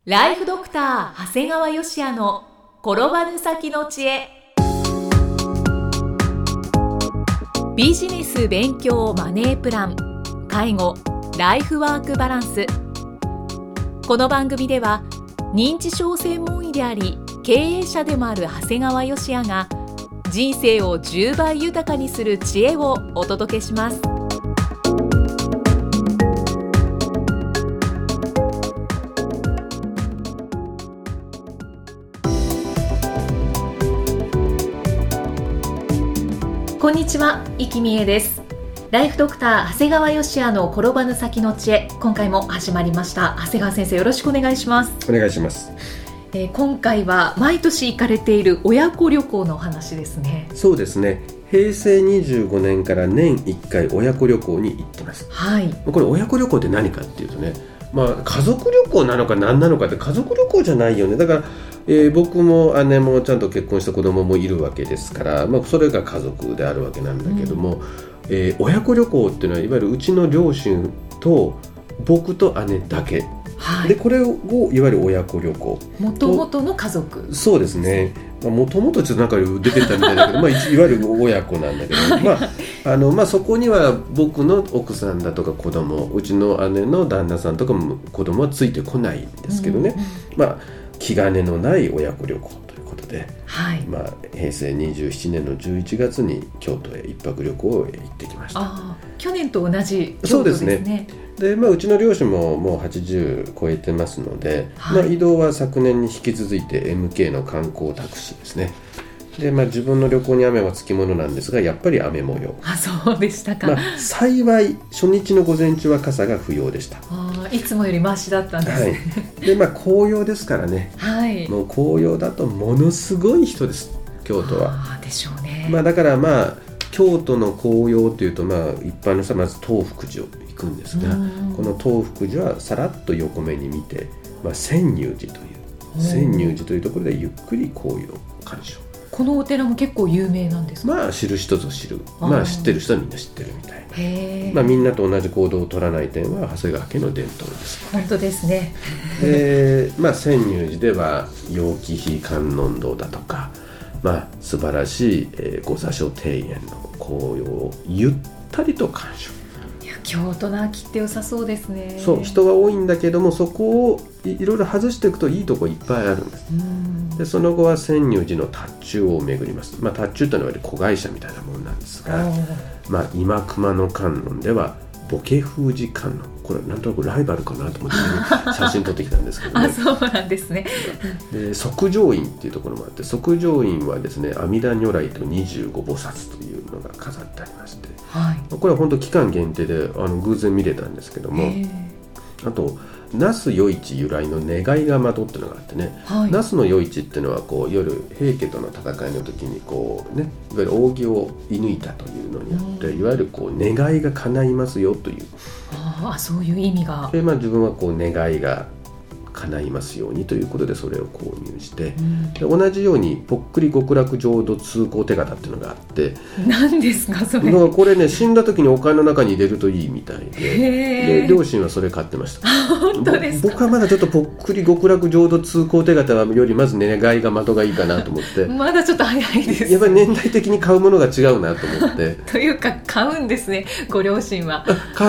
ライフドクター長谷川芳也の転ばぬ先の知恵。ビジネス勉強マネープラン、介護、ライフワークバランス。この番組では認知症専門医であり経営者でもある長谷川芳也が人生を10倍豊かにする知恵をお届けします。こんにちは、生きみえです。ライフドクター長谷川芳也の転ばぬ先の知恵、今回も始まりました。長谷川先生、よろしくお願いします。 お願いします。 今回は毎年行かれている親子旅行のお話ですね。 そうですね、平成25年から年1回親子旅行に行ってます。 はい。 これ親子旅行って何かっていうとね、家族旅行なのか何なのかって、家族旅行じゃないよね。だから僕も姉もちゃんと結婚した子供もいるわけですから、それが家族であるわけなんだけども、親子旅行っていうのはいわゆるうちの両親と僕と姉だけ、 はい、 でこれをいわゆる親子旅行、 もともとの家族。 そうですね、もともとちょっとなんか出てたみたいだけどいわゆる親子なんだけど、そこには僕の奥さんだとか子供、うちの姉の旦那さんとかも子供はついてこないんですけどね、気兼ねのない親子旅行ということで、 はい、 平成27年の11月に京都へ一泊旅行へ行ってきました。 去年と同じ京都ですね。そうですね。 でうちの両親ももう80超えてますので、移動は昨年に引き続いて MK の観光タクシーですね。で自分の旅行に雨はつきものなんですが、やっぱり雨模様。 そうでしたか。 幸い初日の午前中は傘が不要でした。 いつもよりマシだったんですね。 で紅葉ですからね、もう紅葉だとものすごい人です、京都は。 でしょうね。 だから京都の紅葉というと、一般の人はまず東福寺を行くんですが、この東福寺はさらっと横目に見て、泉入寺というところでゆっくり紅葉を鑑賞。 このお寺も結構有名なんですか？知る人ぞ知る、知ってる人はみんな知ってるみたいな。みんなと同じ行動を取らない点は長谷川家の伝統です。 本当ですね。 泉入寺では楊貴妃観音堂だとか、素晴らしい、御座所庭園の紅葉をゆったりと鑑賞。 京都の秋って良さそうですね。 そう、人は多いんだけども、そこをいろいろ外していくといいとこいっぱいあるんです。でその後は泉入寺の塔頭を巡ります。塔頭というのは子会社みたいなものなんですが、今熊野観音ではボケ封じ観音、これなんとなくライバルかなと思って、写真撮ってきたんですけどね。 そうなんですね。 で即成院っていうところもあって、即成院はですね、阿弥陀如来と25菩薩というのが飾ってありまして、これは本当期間限定で偶然見れたんですけども、あと那須与一由来の願いが的っていうのがあってね、那須の与一っていうのは夜平家との戦いの時にいわゆる扇を射抜いたというのによって、いわゆる願いが叶いますよという、 そういう意味が。 で自分は願いが叶いますようにということでそれを購入して、で同じようにぽっくり極楽浄土通行手形っていうのがあって、 何ですかそれ。 これね、死んだ時にお金の中に入れるといいみたいで、両親はそれ買ってました。 本当ですか。 僕はまだちょっとぽっくり極楽浄土通行手形よりまず願いが的がいいかなと思ってまだちょっと早いです。 やっぱり年代的に買うものが違うなと思ってというか買うんですね、ご両親は。 買って、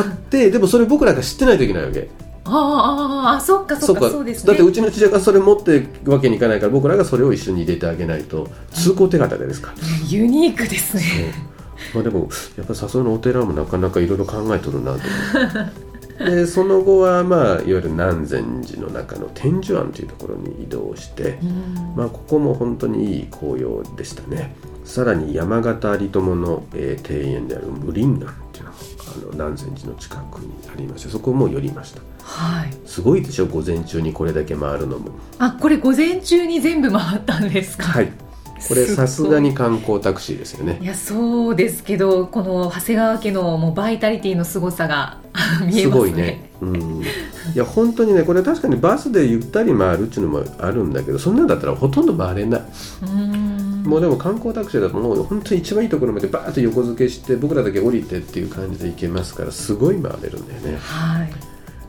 でもそれ僕らが知ってないといけないわけ。 そっかそうですね。 だってうちの父親がそれ持っていくわけにいかないから、僕らがそれを一緒に入れてあげないと。通行手形ですから、 ユニークですね。 でもやっぱさすがのお寺もなかなかいろいろ考えとるなと思ってでその後はいわゆる南禅寺の中の天寿庵というところに移動して、ここも本当にいい紅葉でしたね。さらに山形有朋の、庭園である無林庵っていうのも南禅寺の近くにありまして、そこも寄りました。すごいでしょ、午前中にこれだけ回るのも。 これ午前中に全部回ったんですか。 はい、これさすがに観光タクシーですよね。 いやそうですけど、この長谷川家のもうバイタリティの凄さが見えますね。すごいね。いや本当にね、これ確かにバスでゆったり回るっていうのもあるんだけど、そんなんだったらほとんど回れない。もうでも観光タクシーだともう本当に一番いいところまでバーッと横付けして、僕らだけ降りてっていう感じで行けますから、すごい回れるんだよね。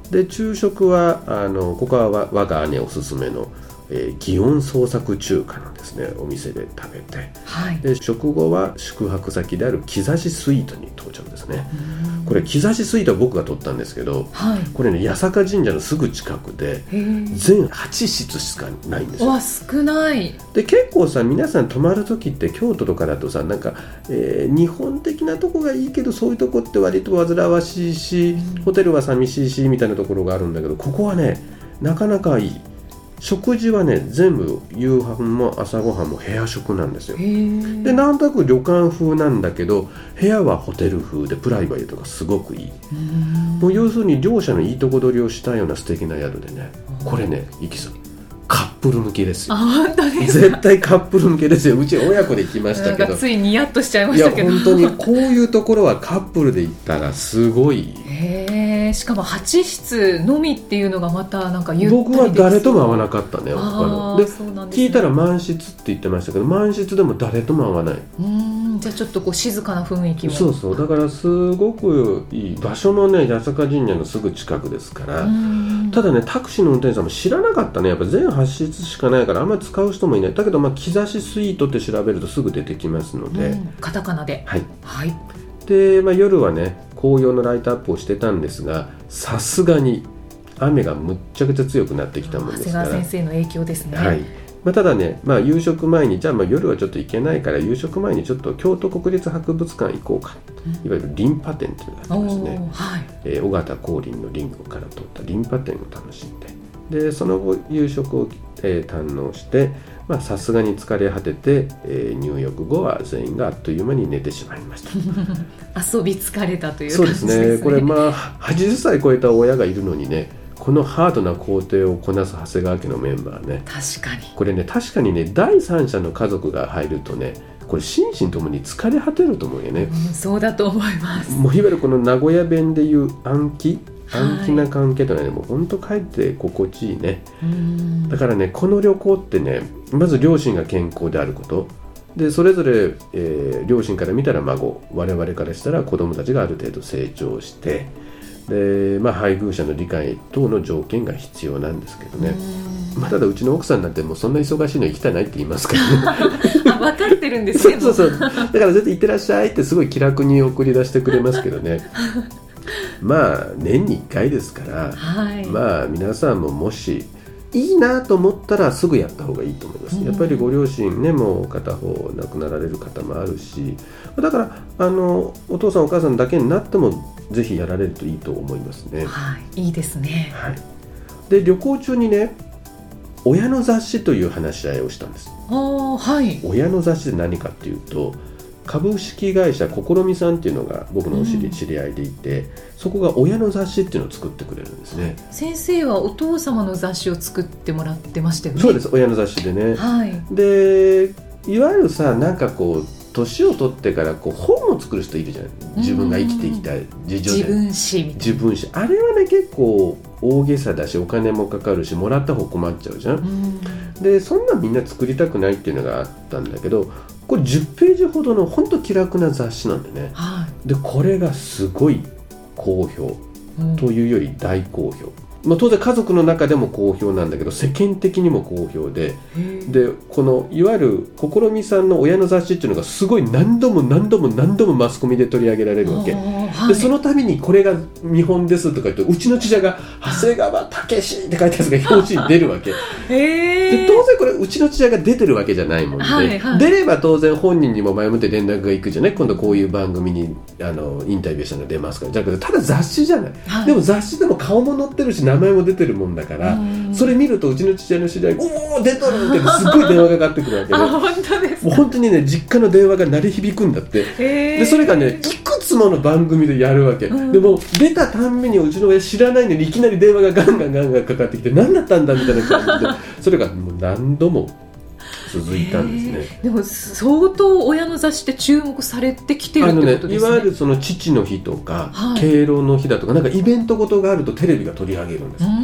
で昼食はここは我が姉おすすめの祇園創作中華のですねお店で食べて、はい、で食後は宿泊先である木刺しスイートに到着ですね。これ木刺しスイートは僕が取ったんですけど、はい、これね八坂神社のすぐ近くで全8室しかないんですよ。 わ少ない。 で結構さ皆さん泊まる時って京都とかだとさなんか、日本的なとこがいいけどそういうとこって割と煩わしいし、ホテルは寂しいしみたいなところがあるんだけど、ここはねなかなかいい。食事はね全部夕飯も朝ごはんも部屋食なんですよ。でなんとなく旅館風なんだけど部屋はホテル風でプライベートがすごくいい。もう要するに両者のいいとこ取りをしたような素敵な宿でね、これねイキさんカップル向けですよ。 本当ですか？ 絶対カップル向けですよ。うち親子で行きましたけど、 ついニヤッとしちゃいましたけど、 いや本当にこういうところはカップルで行ったらすごい。 しかも8室のみっていうのがまたなんかゆったりできそう。 僕は誰とも会わなかったね。でそうなんですね。 聞いたら満室って言ってましたけど、満室でも誰とも会わない。 じゃあちょっとこう静かな雰囲気も。 そうそう、だからすごくいい場所のね八坂神社のすぐ近くですから。ただねタクシーの運転手さんも知らなかったね。やっぱ全8室しかないからあんまり使う人もいない。だけど木刺しスイートって調べるとすぐ出てきますので、 カタカナで、はい、はい、 で、夜はね紅葉のライトアップをしてたんですが、さすがに雨がむっちゃくちゃ強くなってきたもんですから、 長谷川先生の影響ですね。 はい、ただね、夕食前にじゃあ夜はちょっと行けないから夕食前にちょっと京都国立博物館行こうか、いわゆるリンパ展というのがありますね。はい、尾形光琳のリングから取ったリンパ展を楽しんで、その後夕食を、堪能してさすがに疲れ果てて、入浴後は全員があっという間に寝てしまいました遊び疲れたという感じですね。そうですね。これ80歳超えた親がいるのにね、このハードな工程をこなす長谷川家のメンバーね、 確かにこれね確かにね第三者の家族が入るとねこれ心身ともに疲れ果てると思うよね。 そうだと思います。 もういわゆるこの名古屋弁でいう暗記な関係というのはね、もう本当帰って心地いいね。だからねこの旅行ってね、まず両親が健康であることで、それぞれ、両親から見たら孫、我々からしたら子供たちがある程度成長して、で、配偶者の理解等の条件が必要なんですけどね。ただうちの奥さんなんてもうそんな忙しいの行きたないって言いますからね分かってるんですね。 そうだから絶対行ってらっしゃいってすごい気楽に送り出してくれますけどね年に1回ですから、はい、皆さんももしいいなと思ったらすぐやった方がいいと思います。やっぱりご両親ねもう片方亡くなられる方もあるし、だからお父さんお母さんだけになってもぜひやられるといいと思いますね。 はい、いいですね。 はい、で旅行中にね親の雑誌という話し合いをしたんです。 はい、 親の雑誌で何かっていうと、株式会社こころみさんっていうのが僕の知り合いでいて、そこが親の雑誌っていうのを作ってくれるんですね。 先生はお父様の雑誌を作ってもらってましたよね。 そうです、親の雑誌でね。はい、でいわゆるさなんかこう年を取ってからこう本を作る人いるじゃん。自分が生きてきた自分史みたいな。自分史あれはね結構大げさだしお金もかかるしもらった方困っちゃうじゃん。でそんなみんな作りたくないっていうのがあったんだけど、これ10ページほどの本当気楽な雑誌なんでね、はい、でこれがすごい好評というより大好評、当然家族の中でも好評なんだけど世間的にも好評で、このいわゆるこころみさんの親の雑誌っていうのがすごい何度もマスコミで取り上げられるわけ、はい、でその度にこれが見本ですとか言ってうちの父親が長谷川武史って書いたやつが表紙に出るわけで当然これうちの父親が出てるわけじゃないもんで、はいはい、出れば当然本人にも前もって連絡が行くじゃない。今度こういう番組にインタビューしたの出ますから。じゃあただ雑誌じゃない、はい、でも雑誌でも顔も載ってるし名前も出てるもんだから、それ見るとうちの父親の知り合いおー出とるってすっごい電話がかかってくるわけで本当ですか。 もう本当にね実家の電話が鳴り響くんだって。でそれがねいくつもの番組でやるわけ、でも出たたんびにうちの親知らないのにいきなり電話がガンガンかかってきて何だったんだみたいな感じでそれがもう何度も続いたんですね。 でも相当親の雑誌って注目されてきてるってことですね。 いわゆるその父の日とか、はい、敬老の日だとかなんかイベントごとがあるとテレビが取り上げるんです。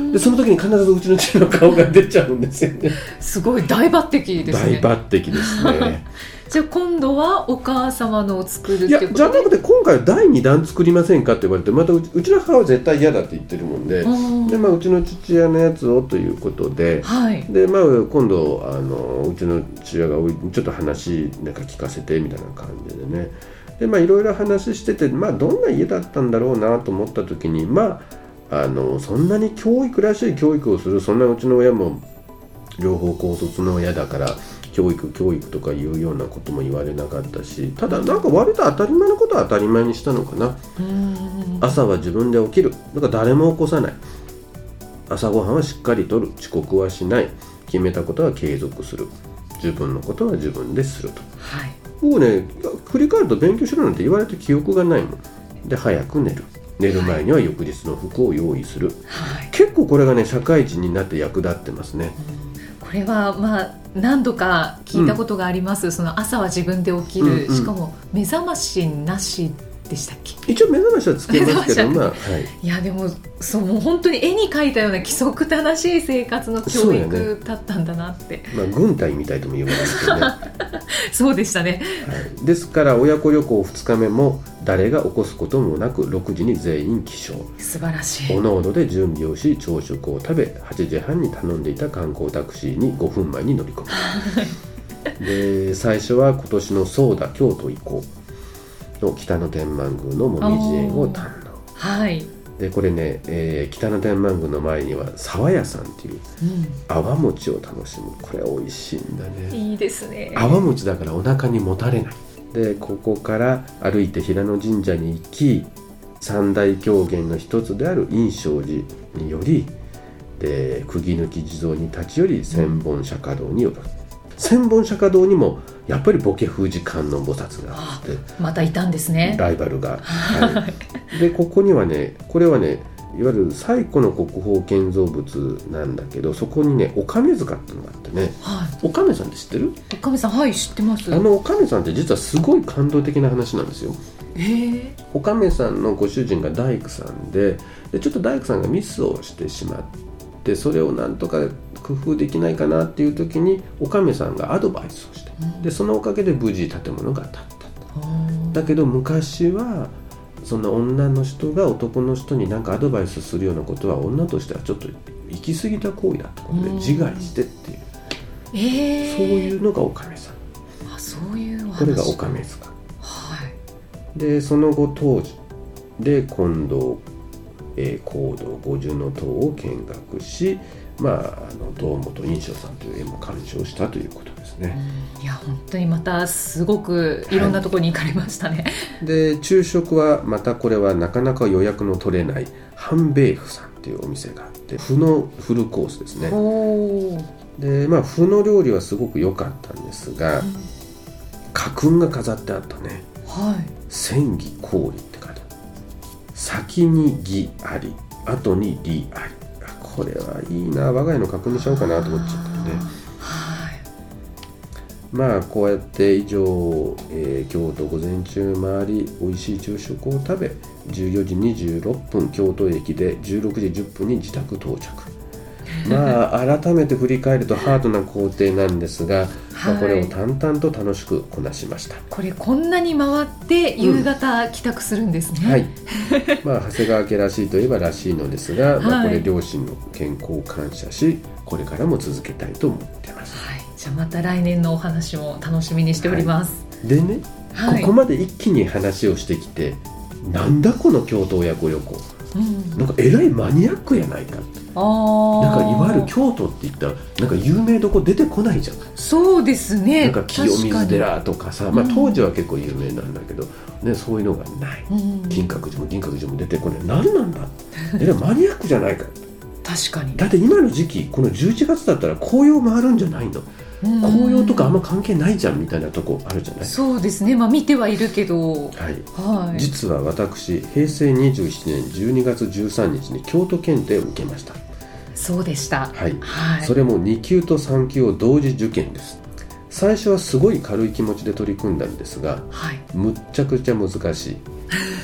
でその時に必ずうちの父の顔が出ちゃうんですよね。 すごい大抜擢ですね。 大抜擢ですね。 じゃあ今度はお母様のを作るっていうことで。 いやじゃなくて今回は第2弾作りませんかって言われて、またうちの母は絶対嫌だって言ってるもんで、で、うちの父親のやつをということで、 はい、 で今度うちの父親がちょっと話なんか聞かせてみたいな感じでね、でいろいろ話してて、どんな家だったんだろうなと思った時に、そんなにらしい教育をする、そんなうちの親も両方高卒の親だから教育とかいうようなことも言われなかったし、ただなんか割と当たり前のことは当たり前にしたのかな。朝は自分で起きる、だから誰も起こさない、朝ごはんはしっかりとる、遅刻はしない、決めたことは継続する、自分のことは自分ですると、はい、僕ね振り返ると勉強しろなんて言われた記憶がないもんで、早く寝る前には翌日の服を用意する、はい、結構これがね社会人になって役立ってますね。 これは何度か聞いたことがあります、その朝は自分で起きる、しかも目覚ましなしでしたっけ。 一応目覚ましはつけますけど、 いやでももう本当に絵に描いたような規則正しい生活の教育だったんだなって、 軍隊みたいとも言われますよね。 そうでしたね、 はい、ですから親子旅行2日目も誰が起こすこともなく6時に全員起床、 素晴らしい。 おのおので準備をし朝食を食べ、8時半に頼んでいた観光タクシーに5分前に乗り込むで最初は今年のそうだ京都行こうの北野天満宮のもみじ苑を堪能、はい、でこれね、北野天満宮の前には沢屋さんっていう泡餅を楽しむ、これ美味しいんだね。 いいですね。 泡餅だからお腹にもたれない。でここから歩いて平野神社に行き、三大狂言の一つである印象寺により、で釘抜き地蔵に立ち寄り千本釈迦堂に寄る、千本釈迦堂にもやっぱりボケ封じ観音菩薩があって、 またいたんですね、 ライバルが、はい、でここにはね、これはねいわゆる最古の国宝建造物なんだけど、そこにねおかめ塚っていうのがあってね、はい、おかめさんって知ってる？ おかめさん、はい、知ってます。 おかめさんって実はすごい感動的な話なんですよ。おかめさんのご主人が大工さんでちょっと大工さんがミスをしてしまって、それをなんとか工夫できないかなっていう時におかめさんがアドバイスをして、でそのおかげで無事建物が建った。だけど昔はそんな女の人が男の人に何かアドバイスするようなことは女としてはちょっと行き過ぎた行為だとことで自害してっていう、そういうのがおかめさん。 そういう話。 これがおかめ塚、はい、でその後当時で今度、講堂五重塔を見学し、堂本印象さんという絵も鑑賞したということですね。 いや本当にまたすごくいろんなところに行かれましたね、 はい、で昼食はまたこれはなかなか予約の取れないハンベーフさんというお店があって、麩のフルコースですね。で麩の料理はすごく良かったんですが、家訓が飾ってあったね、はい、千儀氷って書いてある。先に義あり、後に利あり。これはいいな、我が家の家訓にしようかなと思っちゃったね。はい、こうやって以上、京都午前中回り美味しい昼食を食べ、14時26分京都駅で16時10分に自宅到着。改めて振り返るとハードな工程なんですが、これを淡々と楽しくこなしました。 これこんなに回って夕方帰宅するんですね。 はい長谷川家らしいといえばらしいのですが、これ両親の健康を感謝し、これからも続けたいと思ってます。 じゃあまた来年のお話も楽しみにしております。 でね、ここまで一気に話をしてきて、なんだこの京都親子旅行、なんかえらいマニアックやないかって。なんかいわゆる京都って言ったらなんか有名どこ出てこないじゃん。 そうですね。 なんか清水寺とかさ、当時は結構有名なんだけど、そういうのがない、金閣寺も出てこない。何なんだえらいマニアックじゃないか。 確かに。だって今の時期この11月だったら紅葉回るんじゃないの。紅葉とかあんま関係ないじゃんみたいなとこあるじゃない。 そうですね、見てはいるけど、 実は私平成27年12月13日に京都検定を受けました。 そうでした、 それも2級と3級を同時受験です。最初はすごい軽い気持ちで取り組んだんですが、むっちゃくちゃ難しい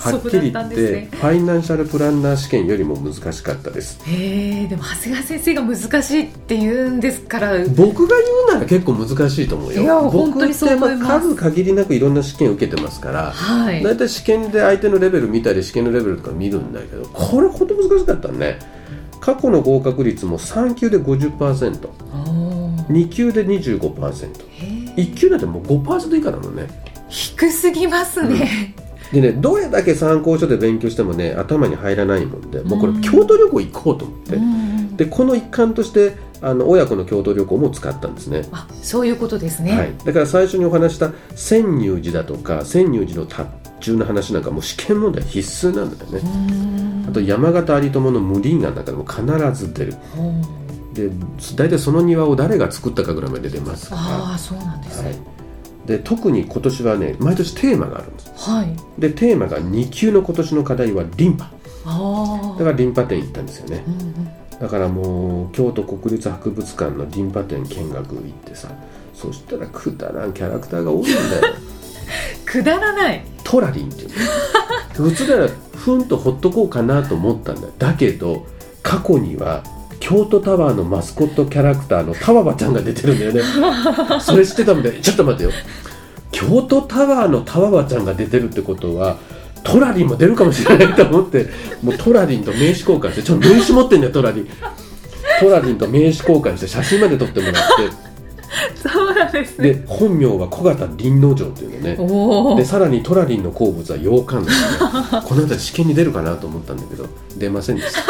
はっきり言って、ファイナンシャルプランナー試験よりも難しかったです。 でも長谷川先生が難しいって言うんですから、 僕が言うなら結構難しいと思うよ。 いや本当にそう思います。 僕って数限りなくいろんな試験を受けてますから、だいたい試験で相手のレベル見たり試験のレベルとか見るんだけど、これほんと難しかったね。過去の合格率も3級で 50%、 2級で 25%、 1級なんてもう 5% 以下だもんね。 低すぎますね、 でね、どれだけ参考書で勉強してもね頭に入らないもんで、もうこれ京都旅行行こうと思って、でこの一環として親子の京都旅行も使ったんですね。 そういうことですね、 はい、だから最初にお話した千入寺だとか千入寺の達中の話なんかもう試験問題必須なんだよね。あと山形有朋の無輪岩なんかでも必ず出る。で大体その庭を誰が作ったかぐらいまで出ますから。 そうなんですね、 で特に今年はね毎年テーマがあるんです、でテーマが2級の今年の課題はリンパだからリンパ展行ったんですよね、だからもう京都国立博物館のリンパ展見学行ってさ、そしたらくだらんキャラクターが多いんだよくだらないトラリンっていう普通ならふんとほっとこうかなと思ったんだ。だけど過去には京都タワーのマスコットキャラクターのタワバちゃんが出てるんだよねそれ知ってたもんで、ちょっと待ってよ、京都タワーのタワバちゃんが出てるってことはトラリンも出るかもしれないと思って、もうトラリンと名刺交換して、ちょっと名刺持ってんだよトラリンと名刺交換して写真まで撮ってもらってそうなんですね。 で本名は小形林之丞っていうのね。でさらにトラリンの好物は羊羹ですねこの辺り試験に出るかなと思ったんだけど出ませんでした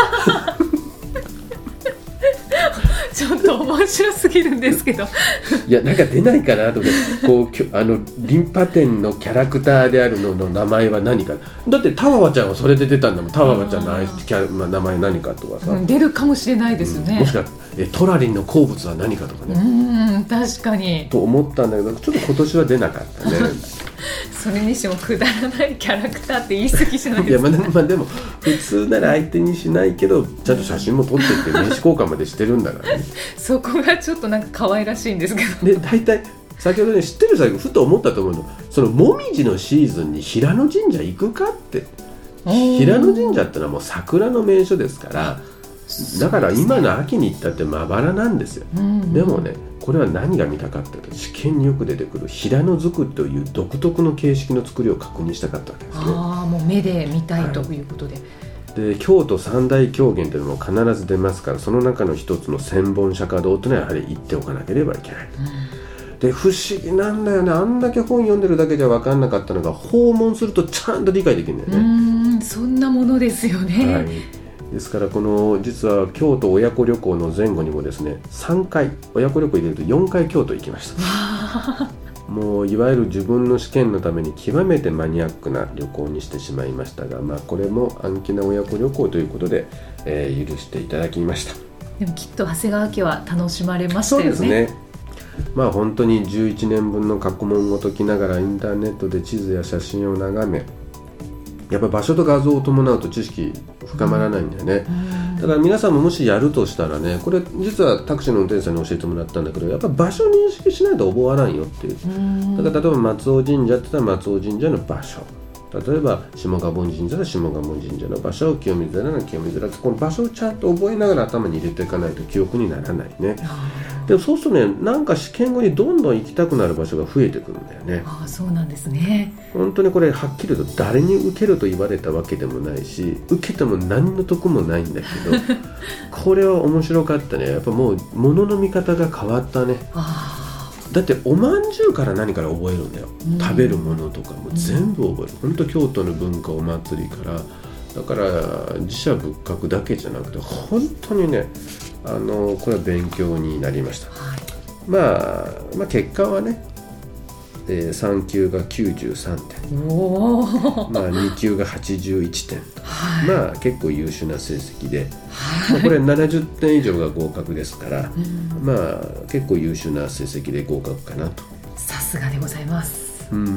ちょっと面白すぎるんですけどいやなんか出ないかなと思ってこうリンパ店のキャラクターであるのの名前は何か、だってタワワちゃんはそれで出たんだもん。タワワちゃんの名前何かとかさ、 出るかもしれないですね、 もしかトラリンの好物は何かとかね、 確かにと思ったんだけどちょっと今年は出なかったねそれにしてもくだらないキャラクターって言い過ぎじゃないですか。 いやでも普通なら相手にしないけどちゃんと写真も撮ってって名刺交換までしてるんだからねそこがちょっとなんか可愛らしいんですけど。 で大体先ほどね知ってる人ふと思ったと思うの、そのもみじのシーズンに平野神社行くかって。平野神社ってのはもう桜の名所ですから、だから今の秋に行ったってまばらなんですよ、でもねこれは何が見たかったと、試験によく出てくる平野作りという独特の形式の作りを確認したかったわけですね。 もう目で見たいということで、 で京都三大狂言というのも必ず出ますから、その中の一つの千本釈迦堂というのはやはり行っておかなければいけない、で不思議なんだよね。あんだけ本読んでるだけじゃ分かんなかったのが訪問するとちゃんと理解できるんだよね。 そんなものですよね、 ですからこの実は京都親子旅行の前後にもですね3回親子旅行入れると4回京都行きましたもういわゆる自分の試験のために極めてマニアックな旅行にしてしまいましたが、これも暗記な親子旅行ということで、許していただきました。 でもきっと長谷川家は楽しまれましたよね。 そうですね。本当に11年分の過去問を解きながらインターネットで地図や写真を眺め、やっぱ場所と画像を伴うと知識深まらないんだよね、だから皆さんももしやるとしたらね、これ実はタクシーの運転手さんに教えてもらったんだけど、やっぱ場所認識しないと覚わらんよっていう。だから例えば松尾神社って言ったら松尾神社の場所、例えば下鴨神社の下鴨神社の場所、清水寺の清水寺、この場所をちゃんと覚えながら頭に入れていかないと記憶にならないね。でもそうするとね、なんか試験後にどんどん行きたくなる場所が増えてくるんだよね。 そうなんですね。 本当にこれはっきり言うと誰に受けると言われたわけでもないし、受けても何の得もないんだけどこれは面白かったね。やっぱもう物の見方が変わったね。だっておまんじゅうから何から覚えるんだよ、食べるものとかも全部覚える。本当京都の文化お祭りから、だから寺社仏閣だけじゃなくて本当にね、これは勉強になりました、結果はね、3級が93点、2級が81点と、結構優秀な成績で、これ70点以上が合格ですから、結構優秀な成績で合格かなと。 さすがでございます。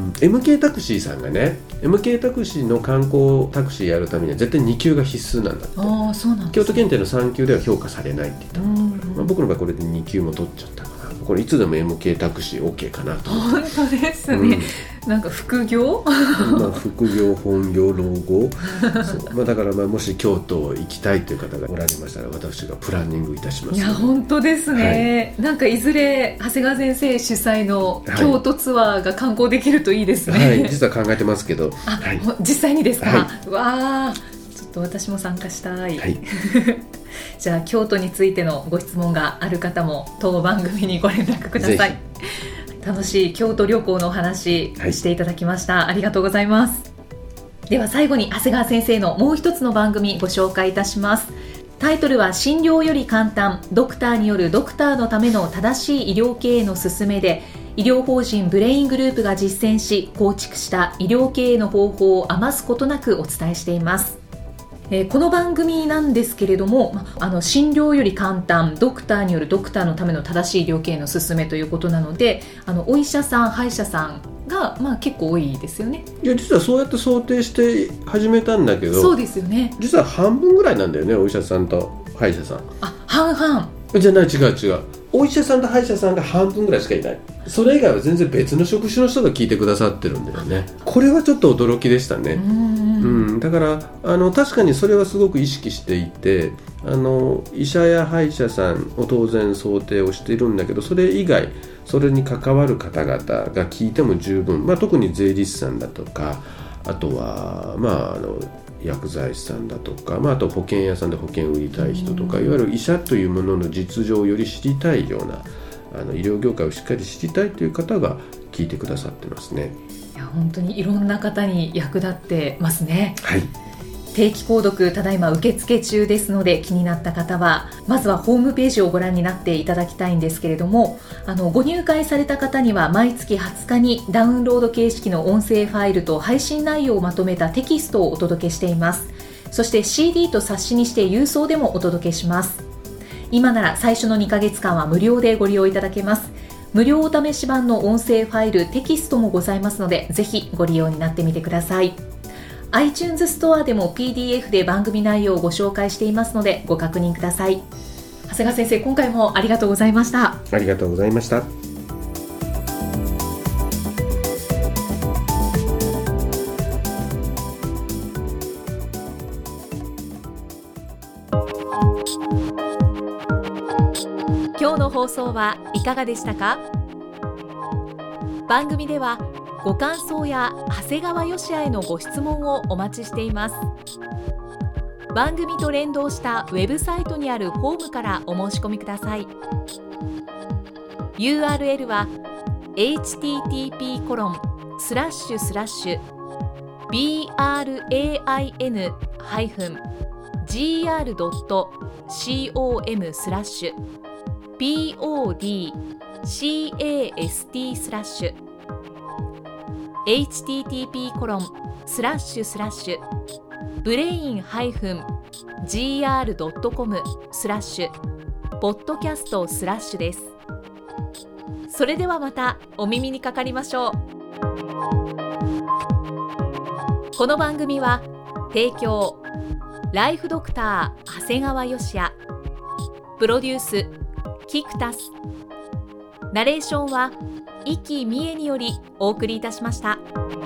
MK タクシーさんがね、 MK タクシーの観光タクシーやるためには絶対2級が必須なんだって。 そうなんですね。 京都検定の3級では評価されないって言った、僕の場合これで2級も取っちゃったかこれいつでも MK タクシー OK かなと。 本当ですね、なんか副業副業本業老後そう、だからもし京都行きたいという方がおられましたら私がプランニングいたします。 いや本当ですね、なんかいずれ長谷川先生主催の京都ツアーが観光できるといいですね。 実は考えてますけど。 実際にですか。わー、ちょっと私も参加したい、じゃあ京都についてのご質問がある方も当番組にご連絡ください。楽しい京都旅行のお話していただきました、ありがとうございます。では最後に長谷川先生のもう一つの番組ご紹介いたします。タイトルは診療より簡単、ドクターによるドクターのための正しい医療経営の勧めで、医療法人ブレイングループが実践し構築した医療経営の方法を余すことなくお伝えしています。この番組なんですけれども、診療より簡単、ドクターによるドクターのための正しい医療経営の勧めということなので、お医者さん歯医者さんが、結構多いですよね。 いや実はそうやって想定して始めたんだけど、 そうですよね。 実は半分ぐらいなんだよね、お医者さんと歯医者さん。 半々 じゃない、違う、お医者さんと歯医者さんが半分ぐらいしかいない。それ以外は全然別の職種の人が聞いてくださってるんだよね。これはちょっと驚きでしたね。だから確かにそれはすごく意識していて、医者や歯医者さんを当然想定をしているんだけど、それ以外それに関わる方々が聞いても十分、特に税理士さんだとか、あとは薬剤師さんだとか、あと保険屋さんで保険を売りたい人とか、いわゆる医者というものの実情をより知りたいような医療業界をしっかり知りたいという方が聞いてくださってますね。 いや本当にいろんな方に役立ってますね。 はい。 定期購読ただいま受付中ですので、気になった方はまずはホームページをご覧になっていただきたいんですけれども、ご入会された方には毎月20日にダウンロード形式の音声ファイルと配信内容をまとめたテキストをお届けしています。そして CD と冊子にして郵送でもお届けします。今なら最初の2ヶ月間は無料でご利用いただけます。無料お試し版の音声ファイル、テキストもございますので、ぜひご利用になってみてください。iTunes ストアでも PDF で番組内容をご紹介していますのでご確認ください。長谷川先生、今回もありがとうございました。 ありがとうございました。 今日の放送はいかがでしたか？番組ではご感想や長谷川芳也へのご質問をお待ちしています。番組と連動したウェブサイトにあるフォームからお申し込みください。 URL は brain-brain-brain-gr.com/podcast/ です。それではまたお耳にかかりましょう。この番組は提供ライフドクター長谷川芳也、プロデュースキクタス、ナレーションは生きみえによりお送りいたしました。